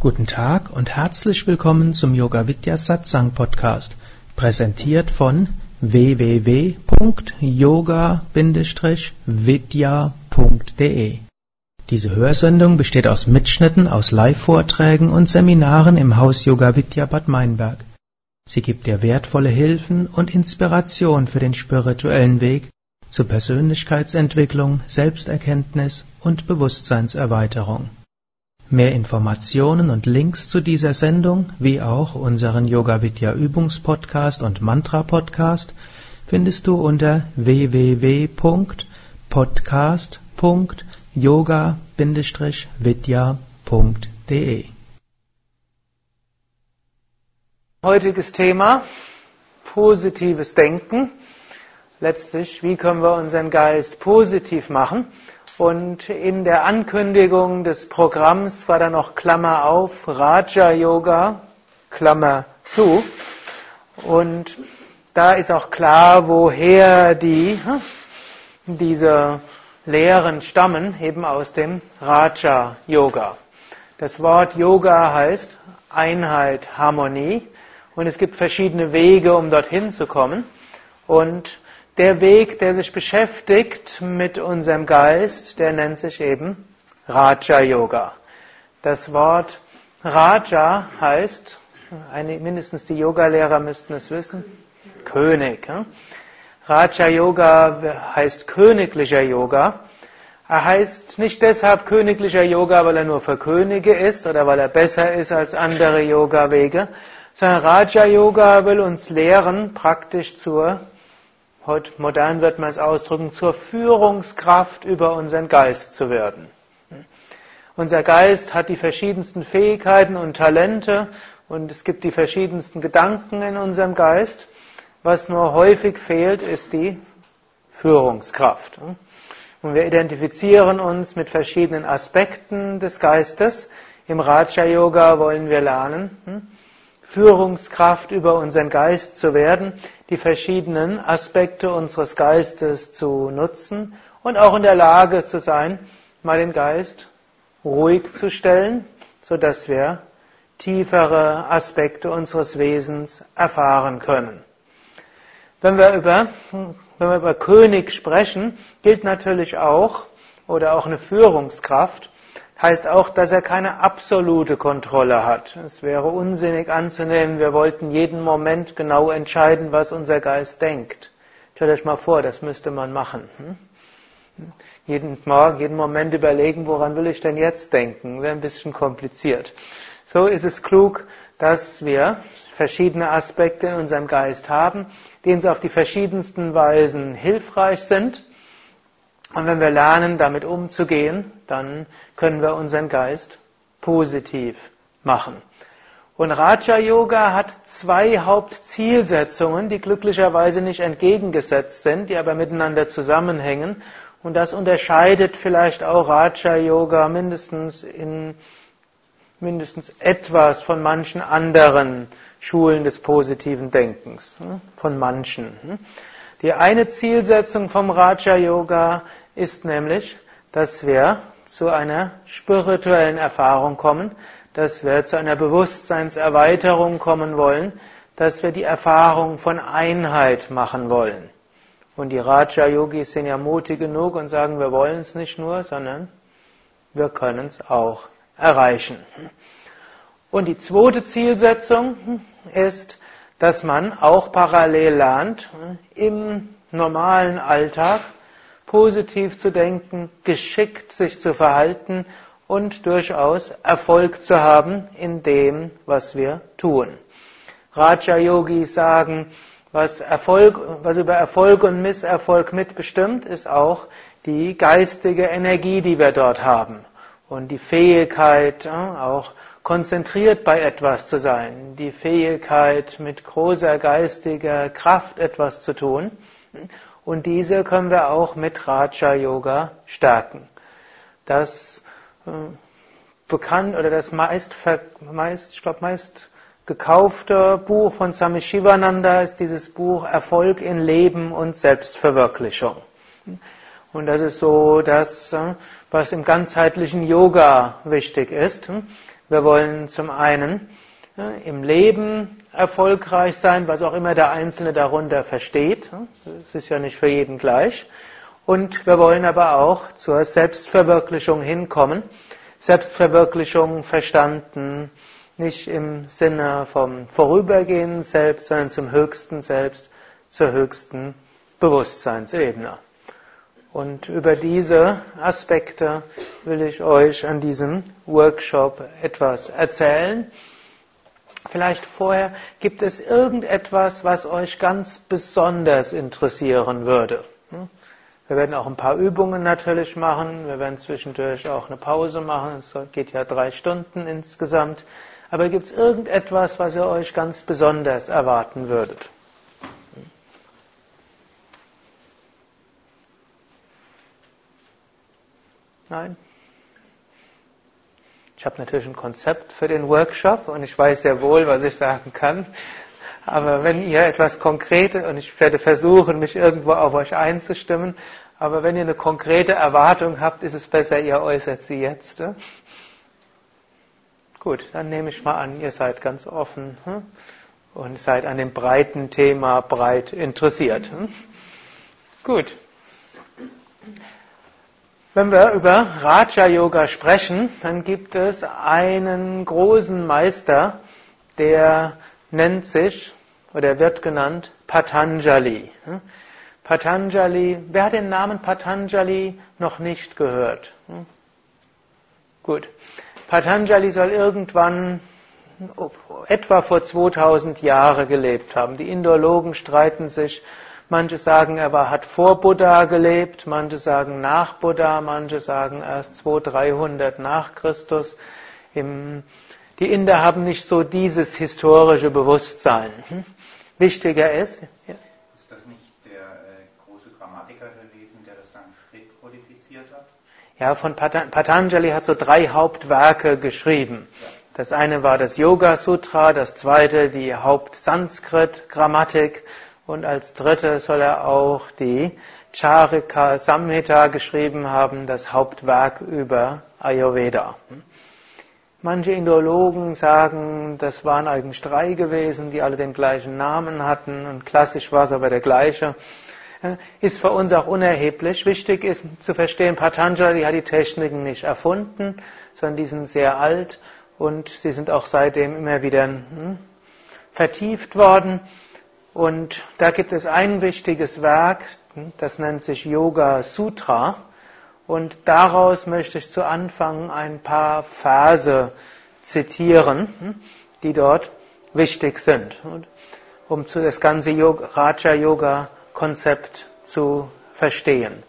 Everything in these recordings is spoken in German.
Guten Tag und herzlich willkommen zum Yoga Vidya Satsang Podcast, präsentiert von www.yoga-vidya.de. Diese Hörsendung besteht aus Mitschnitten aus Live-Vorträgen und Seminaren im Haus Yoga Vidya Bad Meinberg. Sie gibt dir wertvolle Hilfen und Inspiration für den spirituellen Weg zur Persönlichkeitsentwicklung, Selbsterkenntnis und Bewusstseinserweiterung. Mehr Informationen und Links zu dieser Sendung, wie auch unseren Yoga Vidya Übungspodcast und Mantra Podcast, findest du unter www.podcast.yoga-vidya.de. Heutiges Thema: positives Denken. Letztlich, wie können wir unseren Geist positiv machen? Und in der Ankündigung des Programms war da noch Klammer auf, Raja Yoga, Klammer zu. Und da ist auch klar, woher diese Lehren stammen, eben aus dem Raja Yoga. Das Wort Yoga heißt Einheit, Harmonie. Und es gibt verschiedene Wege, um dorthin zu kommen. Und der Weg, der sich beschäftigt mit unserem Geist, der nennt sich eben Raja Yoga. Das Wort Raja heißt, mindestens die Yogalehrer müssten es wissen, König. Raja Yoga heißt königlicher Yoga. Er heißt nicht deshalb königlicher Yoga, weil er nur für Könige ist oder weil er besser ist als andere Yoga-Wege, sondern Raja Yoga will uns lehren, praktisch heute modern wird man es ausdrücken, zur Führungskraft über unseren Geist zu werden. Unser Geist hat die verschiedensten Fähigkeiten und Talente und es gibt die verschiedensten Gedanken in unserem Geist. Was nur häufig fehlt, ist die Führungskraft. Und wir identifizieren uns mit verschiedenen Aspekten des Geistes. Im Raja Yoga wollen wir lernen, Führungskraft über unseren Geist zu werden, die verschiedenen Aspekte unseres Geistes zu nutzen und auch in der Lage zu sein, mal den Geist ruhig zu stellen, sodass wir tiefere Aspekte unseres Wesens erfahren können. Wenn wir über König sprechen, gilt natürlich auch, oder auch eine Führungskraft, heißt auch, dass er keine absolute Kontrolle hat. Es wäre unsinnig anzunehmen, wir wollten jeden Moment genau entscheiden, was unser Geist denkt. Stellt euch mal vor, das müsste man machen. Jeden Moment überlegen, woran will ich denn jetzt denken? Wäre ein bisschen kompliziert. So ist es klug, dass wir verschiedene Aspekte in unserem Geist haben, die uns auf die verschiedensten Weisen hilfreich sind. Und wenn wir lernen, damit umzugehen, dann können wir unseren Geist positiv machen. Und Raja Yoga hat zwei Hauptzielsetzungen, die glücklicherweise nicht entgegengesetzt sind, die aber miteinander zusammenhängen. Und das unterscheidet vielleicht auch Raja Yoga mindestens etwas von manchen anderen Schulen des positiven Denkens. Von manchen. Die eine Zielsetzung vom Raja Yoga ist nämlich, dass wir zu einer spirituellen Erfahrung kommen, dass wir zu einer Bewusstseinserweiterung kommen wollen, dass wir die Erfahrung von Einheit machen wollen. Und die Raja Yogis sind ja mutig genug und sagen, wir wollen es nicht nur, sondern wir können es auch erreichen. Und die zweite Zielsetzung ist, dass man auch parallel lernt, im normalen Alltag positiv zu denken, geschickt sich zu verhalten und durchaus Erfolg zu haben in dem, was wir tun. Raja Yogis sagen, was über Erfolg und Misserfolg mitbestimmt, ist auch die geistige Energie, die wir dort haben und die Fähigkeit, auch konzentriert bei etwas zu sein, die Fähigkeit, mit großer geistiger Kraft etwas zu tun. Und diese können wir auch mit Raja Yoga stärken. Das meist gekaufte Buch von Swami Shivananda ist dieses Buch Erfolg in Leben und Selbstverwirklichung. Und das ist so das, was im ganzheitlichen Yoga wichtig ist. Wir wollen zum einen im Leben erfolgreich sein, was auch immer der Einzelne darunter versteht. Das ist ja nicht für jeden gleich. Und wir wollen aber auch zur Selbstverwirklichung hinkommen. Selbstverwirklichung verstanden nicht im Sinne vom vorübergehenden Selbst, sondern zum höchsten Selbst, zur höchsten Bewusstseinsebene. Und über diese Aspekte will ich euch an diesem Workshop etwas erzählen. Vielleicht vorher, gibt es irgendetwas, was euch ganz besonders interessieren würde? Wir werden auch ein paar Übungen natürlich machen. Wir werden zwischendurch auch eine Pause machen. Es geht ja 3 Stunden insgesamt. Aber gibt es irgendetwas, was ihr euch ganz besonders erwarten würdet? Nein? Ich habe natürlich ein Konzept für den Workshop und ich weiß sehr wohl, was ich sagen kann. Aber wenn ihr etwas Konkretes, und ich werde versuchen, mich irgendwo auf euch einzustimmen, aber wenn ihr eine konkrete Erwartung habt, ist es besser, ihr äußert sie jetzt. Gut, dann nehme ich mal an, ihr seid ganz offen und seid an dem breiten Thema breit interessiert. Gut. Wenn wir über Raja Yoga sprechen, dann gibt es einen großen Meister, der nennt sich oder wird genannt Patanjali. Patanjali, wer hat den Namen Patanjali noch nicht gehört? Gut. Patanjali soll irgendwann etwa vor 2000 Jahren gelebt haben. Die Indologen streiten sich. Manche sagen, hat vor Buddha gelebt, manche sagen nach Buddha, manche sagen erst 200-300 nach Christus. Die Inder haben nicht so dieses historische Bewusstsein. Wichtiger ist... Ist das nicht der große Grammatiker gewesen, der das Sanskrit kodifiziert hat? Ja, von Patanjali hat so 3 Hauptwerke geschrieben. Ja. Das eine war das Yoga Sutra, das zweite die Haupt-Sanskrit-Grammatik und als drittes soll er auch die Charaka Samhita geschrieben haben, das Hauptwerk über Ayurveda. Manche Indologen sagen, das waren eigentlich 3 gewesen, die alle den gleichen Namen hatten und klassisch war es aber der gleiche. Ist für uns auch unerheblich. Wichtig ist zu verstehen, Patanjali hat die Techniken nicht erfunden, sondern die sind sehr alt und sie sind auch seitdem immer wieder vertieft worden. Und da gibt es ein wichtiges Werk, das nennt sich Yoga Sutra. Und daraus möchte ich zu Anfang ein paar Verse zitieren, die dort wichtig sind, um das ganze Raja Yoga Konzept zu verstehen.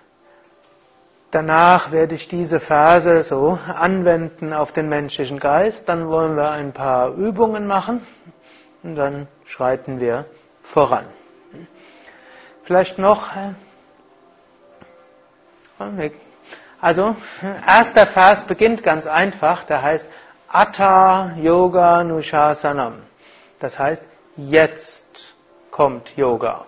Danach werde ich diese Verse so anwenden auf den menschlichen Geist. Dann wollen wir ein paar Übungen machen und dann schreiten wir voran. Vielleicht noch, also, erster Vers beginnt ganz einfach, der heißt Atha Yoga Nushasanam. Das heißt, jetzt kommt Yoga.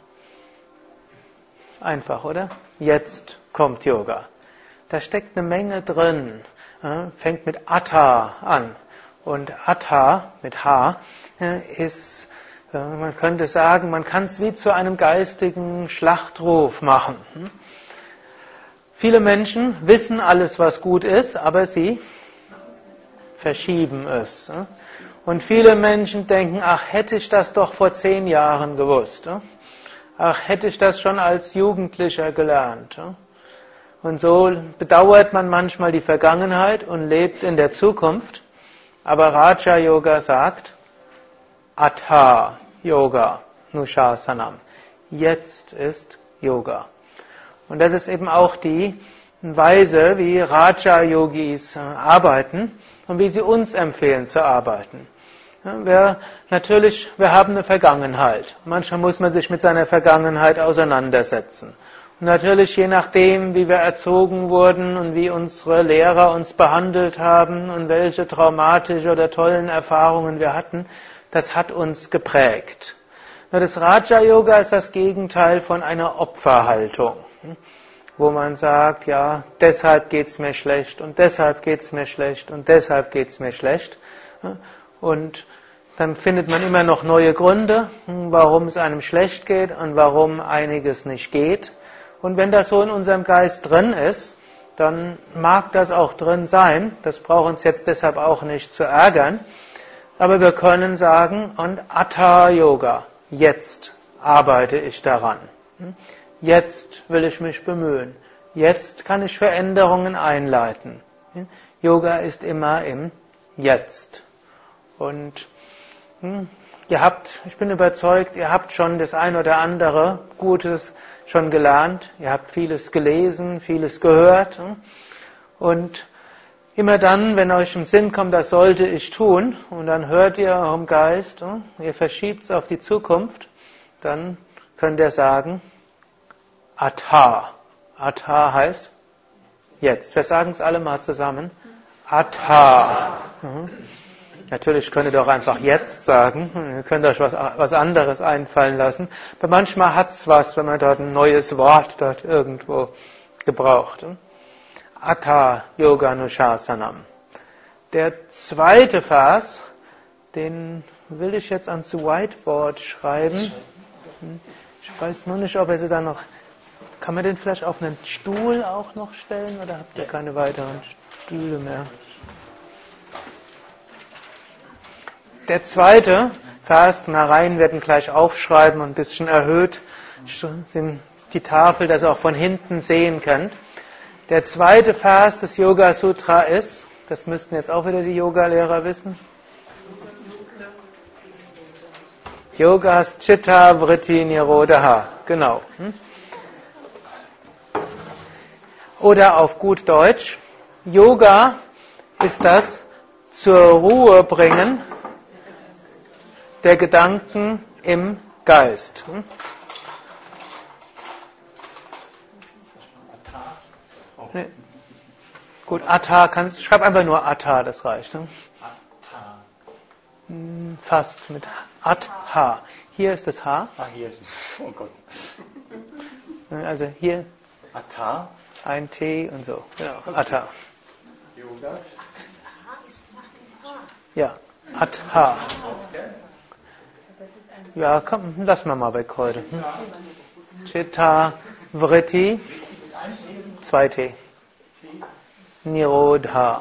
Einfach, oder? Jetzt kommt Yoga. Da steckt eine Menge drin. Fängt mit Atha an. Und Atha mit H ist, man könnte sagen, man kann es wie zu einem geistigen Schlachtruf machen. Viele Menschen wissen alles, was gut ist, aber sie verschieben es. Und viele Menschen denken, ach, hätte ich das doch vor 10 Jahren gewusst. Ach, hätte ich das schon als Jugendlicher gelernt. Und so bedauert man manchmal die Vergangenheit und lebt in der Zukunft. Aber Raja Yoga sagt, Atha Yoga Nushasanam. Jetzt ist Yoga. Und das ist eben auch die Weise, wie Raja Yogis arbeiten und wie sie uns empfehlen zu arbeiten. Wir haben eine Vergangenheit. Manchmal muss man sich mit seiner Vergangenheit auseinandersetzen. Und natürlich, je nachdem, wie wir erzogen wurden und wie unsere Lehrer uns behandelt haben und welche traumatische oder tollen Erfahrungen wir hatten, das hat uns geprägt. Nur das Raja Yoga ist das Gegenteil von einer Opferhaltung. wo man sagt, ja, deshalb geht's mir schlecht und deshalb geht's mir schlecht und deshalb geht's mir schlecht. Und dann findet man immer noch neue Gründe, warum es einem schlecht geht und warum einiges nicht geht. Und wenn das so in unserem Geist drin ist, dann mag das auch drin sein. Das braucht uns jetzt deshalb auch nicht zu ärgern. Aber wir können sagen, und Hatha Yoga, jetzt arbeite ich daran. Jetzt will ich mich bemühen. Jetzt kann ich Veränderungen einleiten. Yoga ist immer im Jetzt. Und ich bin überzeugt, ihr habt schon das ein oder andere Gutes schon gelernt. Ihr habt vieles gelesen, vieles gehört. Und immer dann, wenn euch im Sinn kommt, das sollte ich tun, und dann hört ihr eurem Geist, ihr verschiebt es auf die Zukunft, dann könnt ihr sagen, Hatha. Hatha heißt jetzt. Wir sagen es alle mal zusammen. Hatha. Natürlich könnt ihr doch einfach jetzt sagen. Ihr könnt euch was anderes einfallen lassen. Aber manchmal hat es was, wenn man dort ein neues Wort dort irgendwo gebraucht. Hatha Yoga Nushasanam. Der zweite Vers, den will ich jetzt ans Whiteboard schreiben. Ich weiß nur nicht, ob er sie da noch... Kann man den vielleicht auf einen Stuhl auch noch stellen oder habt ihr keine weiteren Stühle mehr? Der zweite Vers, Narayan werden gleich aufschreiben und ein bisschen erhöht, die Tafel, dass ihr auch von hinten sehen könnt. Der zweite Vers des Yoga Sutra ist, das müssten jetzt auch wieder die Yoga-Lehrer wissen, Yogas Chitta Vritti Nirodha, genau. Oder auf gut Deutsch, Yoga ist das zur Ruhe bringen der Gedanken im Geist. Nee. Gut, Hatha, schreib einfach nur Hatha, das reicht. Fast mit Hatha. Hier ist das H. Hier ist es. Oh Gott. Also hier Hatha. ein T und so. Genau, Hatha. Yoga. Ja, Hatha. Ja, komm, lass mal weg heute. Chitta Vritti, 2 T. Nirodha.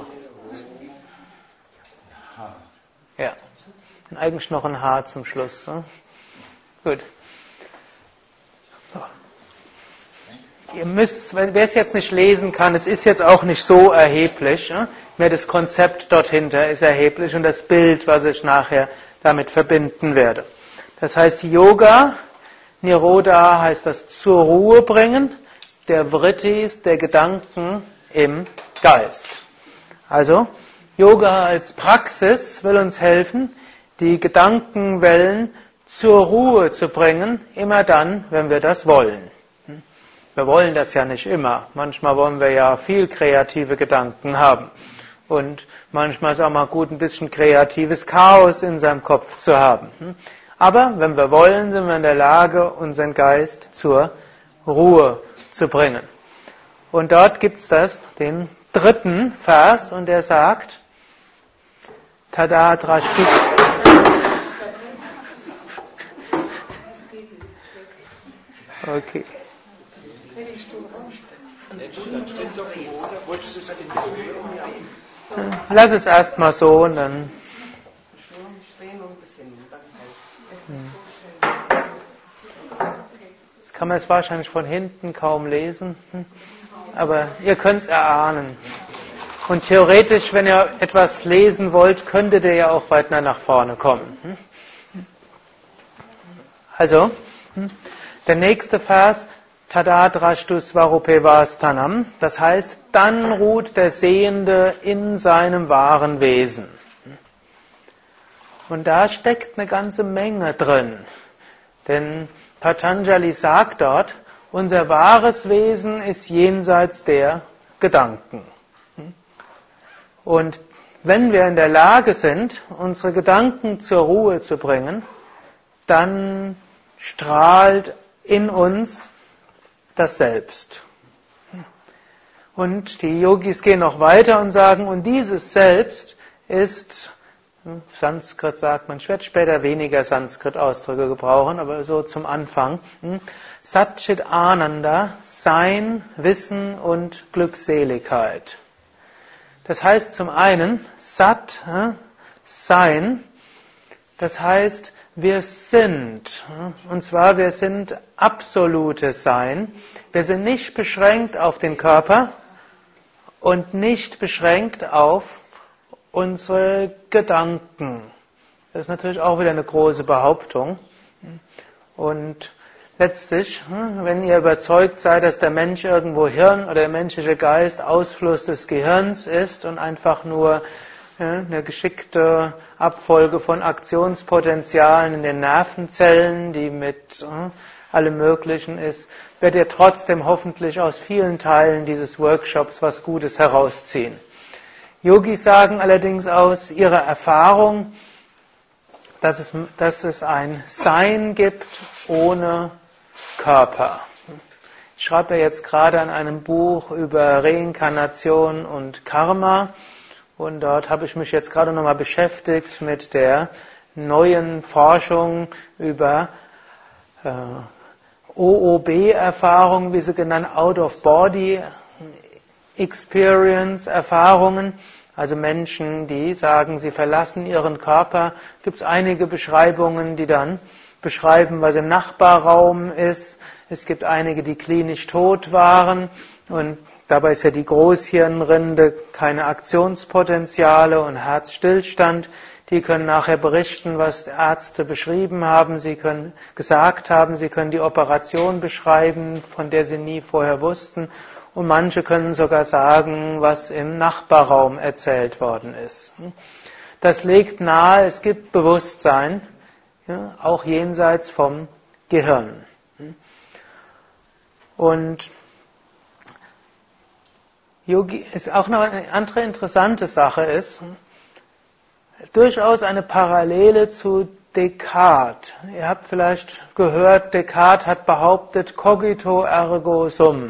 Ja, und eigentlich noch ein H zum Schluss. Gut. So. Ihr müsst, wer es jetzt nicht lesen kann, es ist jetzt auch nicht so erheblich. Mehr das Konzept dort hinter ist erheblich und das Bild, was ich nachher damit verbinden werde. Das heißt, Yoga, Nirodha heißt das zur Ruhe bringen, der Vrittis, der Gedanken im Geist. Also, Yoga als Praxis will uns helfen, die Gedankenwellen zur Ruhe zu bringen, immer dann, wenn wir das wollen. Wir wollen das ja nicht immer. Manchmal wollen wir ja viel kreative Gedanken haben. Und manchmal ist auch mal gut, ein bisschen kreatives Chaos in seinem Kopf zu haben. Aber wenn wir wollen, sind wir in der Lage, unseren Geist zur Ruhe zu bringen. Und dort gibt es den dritten Vers, und der sagt, Tada Drashti. Okay. Lass es erstmal so und dann. Jetzt kann man es wahrscheinlich von hinten kaum lesen, aber ihr könnt es erahnen. Und theoretisch, wenn ihr etwas lesen wollt, könntet ihr ja auch weiter nach vorne kommen. Also, der nächste Vers, Tada drashtu svarupe vastanam, das heißt, dann ruht der Sehende in seinem wahren Wesen. Und da steckt eine ganze Menge drin. Denn Patanjali sagt dort, unser wahres Wesen ist jenseits der Gedanken. Und wenn wir in der Lage sind, unsere Gedanken zur Ruhe zu bringen, dann strahlt in uns das Selbst. Und die Yogis gehen noch weiter und sagen, und dieses Selbst ist, Sanskrit sagt man, ich werde später weniger Sanskrit-Ausdrücke gebrauchen, aber so zum Anfang. Satchit Ananda, Sein, Wissen und Glückseligkeit. Das heißt zum einen, Sat, Sein, das heißt, wir sind, und zwar wir sind absolutes Sein. Wir sind nicht beschränkt auf den Körper und nicht beschränkt auf unsere Gedanken. Das ist natürlich auch wieder eine große Behauptung. Und letztlich, wenn ihr überzeugt seid, dass der Mensch irgendwo Hirn oder der menschliche Geist Ausfluss des Gehirns ist und einfach nur eine geschickte Abfolge von Aktionspotenzialen in den Nervenzellen, die mit allem Möglichen ist, werdet ihr trotzdem hoffentlich aus vielen Teilen dieses Workshops was Gutes herausziehen. Yogis sagen allerdings aus ihrer Erfahrung, dass es ein Sein gibt ohne Körper. Ich schreibe ja jetzt gerade an einem Buch über Reinkarnation und Karma und dort habe ich mich jetzt gerade nochmal beschäftigt mit der neuen Forschung über OOB-Erfahrungen, wie sie genannt, Out-of-Body-Experience-Erfahrungen. Also Menschen, die sagen, sie verlassen ihren Körper. Gibt es einige Beschreibungen, die dann beschreiben, was im Nachbarraum ist. Es gibt einige, die klinisch tot waren und dabei ist ja die Großhirnrinde keine Aktionspotenziale und Herzstillstand. Die können nachher berichten, was Ärzte beschrieben haben, sie können die Operation beschreiben, von der sie nie vorher wussten. Und manche können sogar sagen, was im Nachbarraum erzählt worden ist. Das legt nahe, es gibt Bewusstsein, auch jenseits vom Gehirn. Und Yogi ist auch noch eine andere interessante Sache ist, durchaus eine Parallele zu Descartes. Ihr habt vielleicht gehört, Descartes hat behauptet, cogito ergo sum.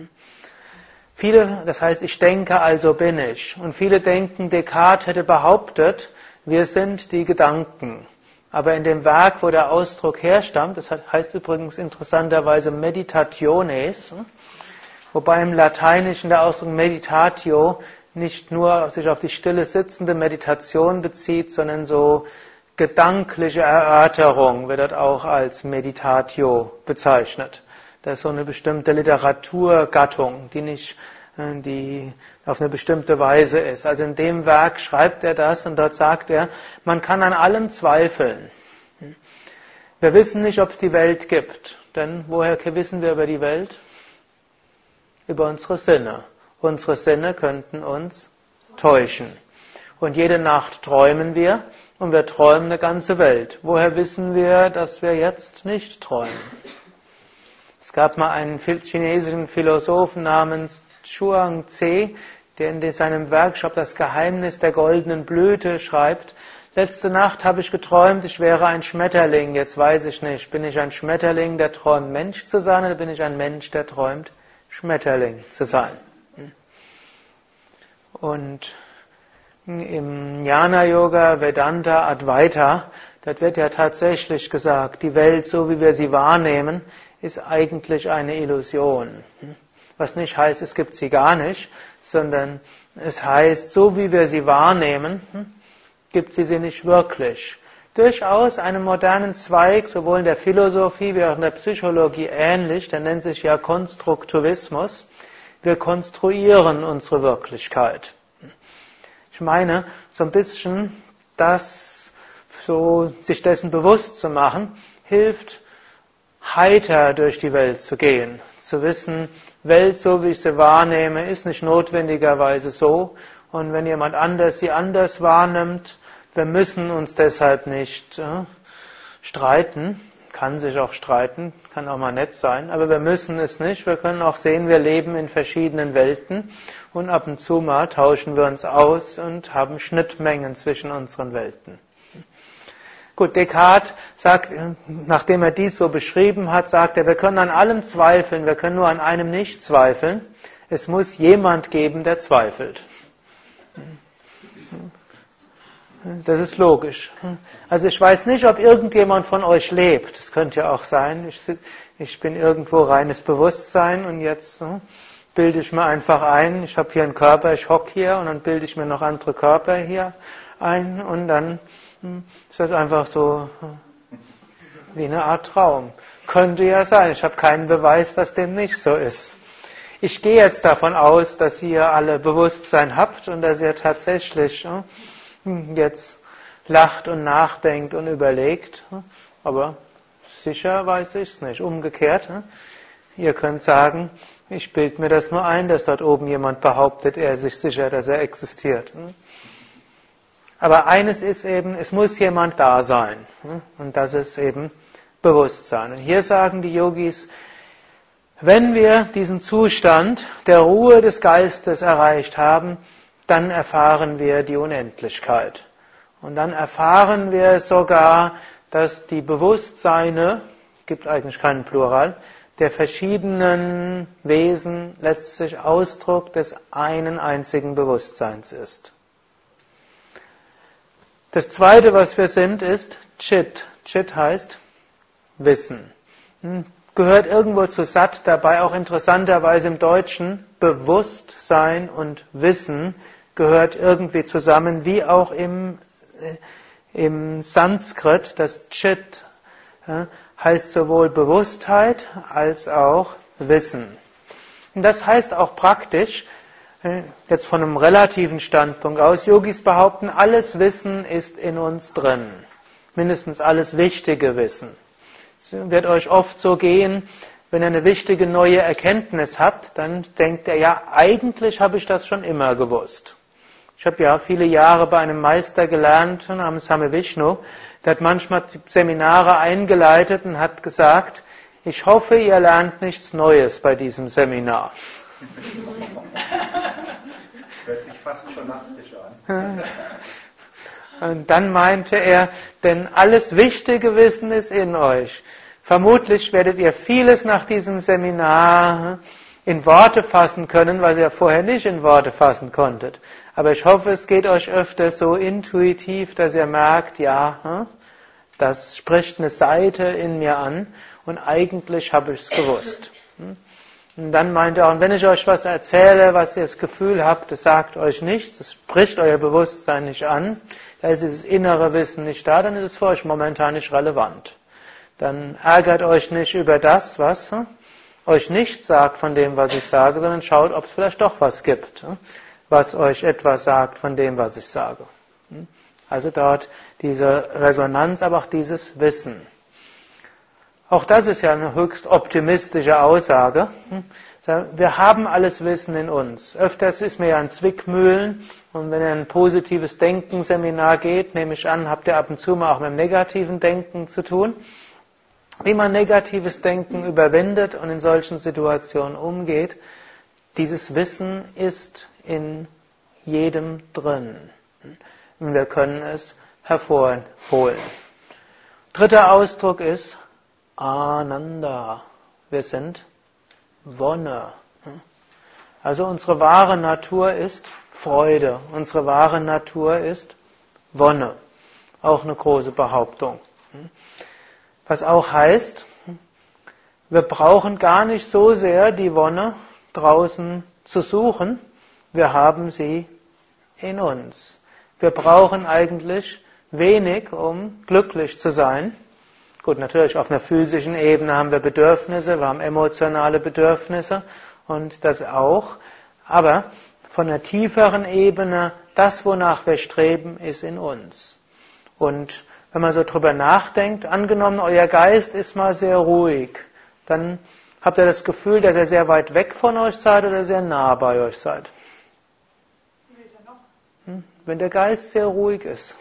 Das heißt, ich denke, also bin ich. Und viele denken, Descartes hätte behauptet, wir sind die Gedanken. Aber in dem Werk, wo der Ausdruck herstammt, das heißt übrigens interessanterweise Meditationes, wobei im Lateinischen der Ausdruck Meditatio nicht nur sich auf die stille sitzende Meditation bezieht, sondern so gedankliche Erörterung wird dort auch als Meditatio bezeichnet. Das ist so eine bestimmte Literaturgattung, die auf eine bestimmte Weise ist. Also in dem Werk schreibt er das und dort sagt er, man kann an allem zweifeln. Wir wissen nicht, ob es die Welt gibt. Denn woher wissen wir über die Welt? Über unsere Sinne. Unsere Sinne könnten uns täuschen. Und jede Nacht träumen wir und wir träumen eine ganze Welt. Woher wissen wir, dass wir jetzt nicht träumen? Es gab mal einen chinesischen Philosophen namens Chuang-Tze, der in seinem Workshop Das Geheimnis der goldenen Blüte schreibt, letzte Nacht habe ich geträumt, ich wäre ein Schmetterling, jetzt weiß ich nicht, bin ich ein Schmetterling, der träumt Mensch zu sein, oder bin ich ein Mensch, der träumt Schmetterling zu sein? Und im Jnana-Yoga, Vedanta, Advaita, dort wird ja tatsächlich gesagt, die Welt, so wie wir sie wahrnehmen, ist eigentlich eine Illusion. Was nicht heißt, es gibt sie gar nicht, sondern es heißt, so wie wir sie wahrnehmen, gibt sie nicht wirklich. Durchaus einem modernen Zweig, sowohl in der Philosophie wie auch in der Psychologie ähnlich, der nennt sich ja Konstruktivismus. Wir konstruieren unsere Wirklichkeit. Ich meine, so ein bisschen sich dessen bewusst zu machen, hilft, heiter durch die Welt zu gehen. Zu wissen, Welt, so wie ich sie wahrnehme, ist nicht notwendigerweise so. Und wenn jemand anders sie anders wahrnimmt, wir müssen uns deshalb nicht streiten. Kann sich auch streiten, kann auch mal nett sein, aber wir müssen es nicht. Wir können auch sehen, wir leben in verschiedenen Welten und ab und zu mal tauschen wir uns aus und haben Schnittmengen zwischen unseren Welten. Gut, Descartes sagt, nachdem er dies so beschrieben hat, sagt er, wir können an allem zweifeln, wir können nur an einem nicht zweifeln. Es muss jemand geben, der zweifelt. Das ist logisch. Also ich weiß nicht, ob irgendjemand von euch lebt. Das könnte ja auch sein. Ich bin irgendwo reines Bewusstsein und jetzt bilde ich mir einfach ein, ich habe hier einen Körper, ich hocke hier und dann bilde ich mir noch andere Körper hier ein und dann ist das einfach so wie eine Art Traum. Könnte ja sein. Ich habe keinen Beweis, dass dem nicht so ist. Ich gehe jetzt davon aus, dass ihr alle Bewusstsein habt und dass ihr tatsächlich jetzt lacht und nachdenkt und überlegt, aber sicher weiß ich es nicht. Umgekehrt, ihr könnt sagen, ich bilde mir das nur ein, dass dort oben jemand behauptet, er ist sich sicher, dass er existiert. Aber eines ist eben, es muss jemand da sein und das ist eben Bewusstsein. Und hier sagen die Yogis, wenn wir diesen Zustand der Ruhe des Geistes erreicht haben, dann erfahren wir die Unendlichkeit. Und dann erfahren wir sogar, dass die Bewusstseine, gibt eigentlich keinen Plural, der verschiedenen Wesen letztlich Ausdruck des einen einzigen Bewusstseins ist. Das zweite, was wir sind, ist Chit. Chit heißt Wissen. Gehört irgendwo zu Sat, dabei auch interessanterweise im Deutschen Bewusstsein und Wissen gehört irgendwie zusammen, wie auch im Sanskrit, das Chit heißt sowohl Bewusstheit als auch Wissen. Und das heißt auch praktisch, jetzt von einem relativen Standpunkt aus, Yogis behaupten, alles Wissen ist in uns drin. Mindestens alles wichtige Wissen. Es wird euch oft so gehen, wenn ihr eine wichtige neue Erkenntnis habt, dann denkt ihr, ja, eigentlich habe ich das schon immer gewusst. Ich habe ja viele Jahre bei einem Meister gelernt, namens Same Vishnu, der hat manchmal Seminare eingeleitet und hat gesagt, ich hoffe, ihr lernt nichts Neues bei diesem Seminar. Hört sich fast schonastisch an. Und dann meinte er, denn alles wichtige Wissen ist in euch. Vermutlich werdet ihr vieles nach diesem Seminar in Worte fassen können, was ihr vorher nicht in Worte fassen konntet. Aber ich hoffe, es geht euch öfter so intuitiv, dass ihr merkt, ja, das spricht eine Seite in mir an und eigentlich habe ich es gewusst. Und dann meint er auch, und wenn ich euch was erzähle, was ihr das Gefühl habt, das sagt euch nichts, das spricht euer Bewusstsein nicht an, da ist dieses innere Wissen nicht da, dann ist es für euch momentan nicht relevant. Dann ärgert euch nicht über das, was euch nicht sagt von dem, was ich sage, sondern schaut, ob es vielleicht doch was gibt, was euch etwas sagt von dem, was ich sage. Also dort diese Resonanz, aber auch dieses Wissen. Auch das ist ja eine höchst optimistische Aussage. Wir haben alles Wissen in uns. Öfters ist mir ja ein Zwickmühlen und wenn ihr ein positives Denken-Seminar geht, nehme ich an, habt ihr ab und zu mal auch mit dem negativen Denken zu tun. Wie man negatives Denken überwindet und in solchen Situationen umgeht, dieses Wissen ist in jedem drin. Und wir können es hervorholen. Dritter Ausdruck ist Ananda. Wir sind Wonne. Also unsere wahre Natur ist Freude. Unsere wahre Natur ist Wonne. Auch eine große Behauptung. Was auch heißt, wir brauchen gar nicht so sehr die Wonne draußen zu suchen. Wir haben sie in uns. Wir brauchen eigentlich wenig, um glücklich zu sein. Gut, natürlich auf einer physischen Ebene haben wir Bedürfnisse, wir haben emotionale Bedürfnisse und das auch. Aber von einer tieferen Ebene, das, wonach wir streben, ist in uns. Und wenn man so drüber nachdenkt, angenommen, euer Geist ist mal sehr ruhig, dann habt ihr das Gefühl, dass ihr sehr weit weg von euch seid oder sehr nah bei euch seid. Wenn der Geist sehr ruhig ist,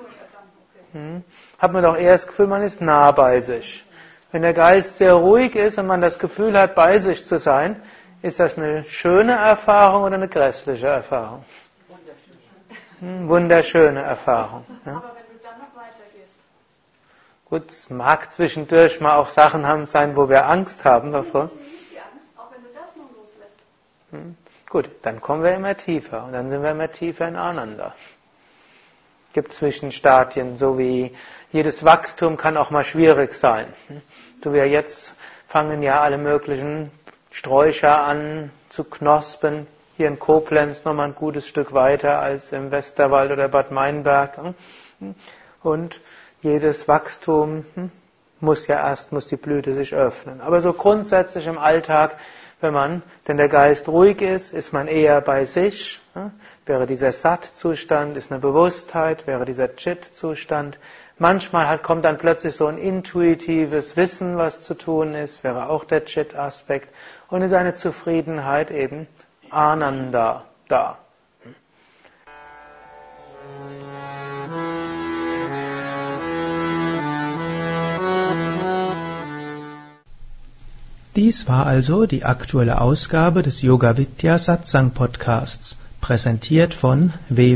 hat man doch eher das Gefühl, man ist nah bei sich. Wenn der Geist sehr ruhig ist und man das Gefühl hat, bei sich zu sein, ist das eine schöne Erfahrung oder eine grässliche Erfahrung? Wunderschöne Erfahrung. Ja? Aber wenn du dann noch weitergehst. Gut, es mag zwischendurch mal auch Sachen sein, wo wir Angst haben davor. Nicht die Angst, auch wenn du das noch loslässt. Gut, dann kommen wir immer tiefer und dann sind wir immer tiefer in Ananda. Es gibt Zwischenstadien, so wie jedes Wachstum kann auch mal schwierig sein. So wie jetzt fangen ja alle möglichen Sträucher an zu knospen. Hier in Koblenz nochmal ein gutes Stück weiter als im Westerwald oder Bad Meinberg. Und jedes Wachstum muss die Blüte sich öffnen. Aber so grundsätzlich im Alltag, wenn der Geist ruhig ist man eher bei sich. Wäre dieser Sat-Zustand, ist eine Bewusstheit, wäre dieser Chit-Zustand. Manchmal kommt dann plötzlich so ein intuitives Wissen, was zu tun ist, wäre auch der Chit-Aspekt. Und ist eine Zufriedenheit eben Ananda da. Dies war also die aktuelle Ausgabe des Yoga Vidya Satsang Podcasts, präsentiert von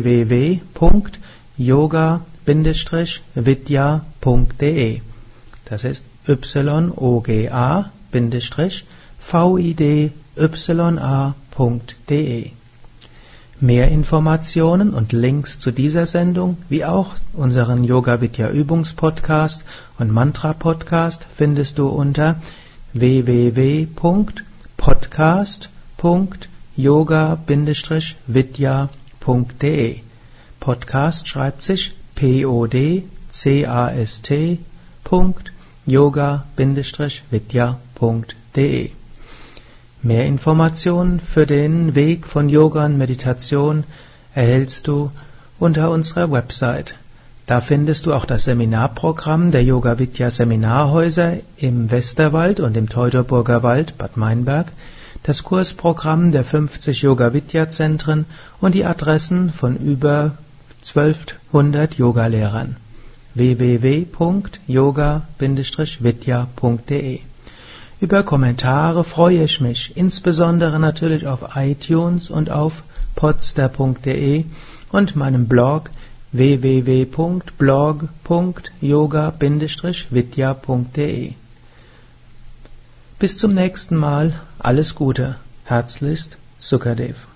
www.yoga-vidya.de. Das ist yoga-vidya.de. Mehr Informationen und Links zu dieser Sendung, wie auch unseren Yoga Vidya Übungspodcast und Mantra Podcast findest du unter www.podcast.yoga-vidya.de. Podcast schreibt sich podcast.yoga-vidya.de. Mehr Informationen für den Weg von Yoga und Meditation erhältst du unter unserer Website. Da findest du auch das Seminarprogramm der Yoga Vidya Seminarhäuser im Westerwald und im Teutoburger Wald, Bad Meinberg, das Kursprogramm der 50 Yoga Vidya Zentren und die Adressen von über 1200 Yogalehrern. www.yoga-vidya.de. Über Kommentare freue ich mich, insbesondere natürlich auf iTunes und auf podster.de und meinem Blog www.blog.yoga-vidya.de. Bis zum nächsten Mal, alles Gute, herzlichst Sukadev.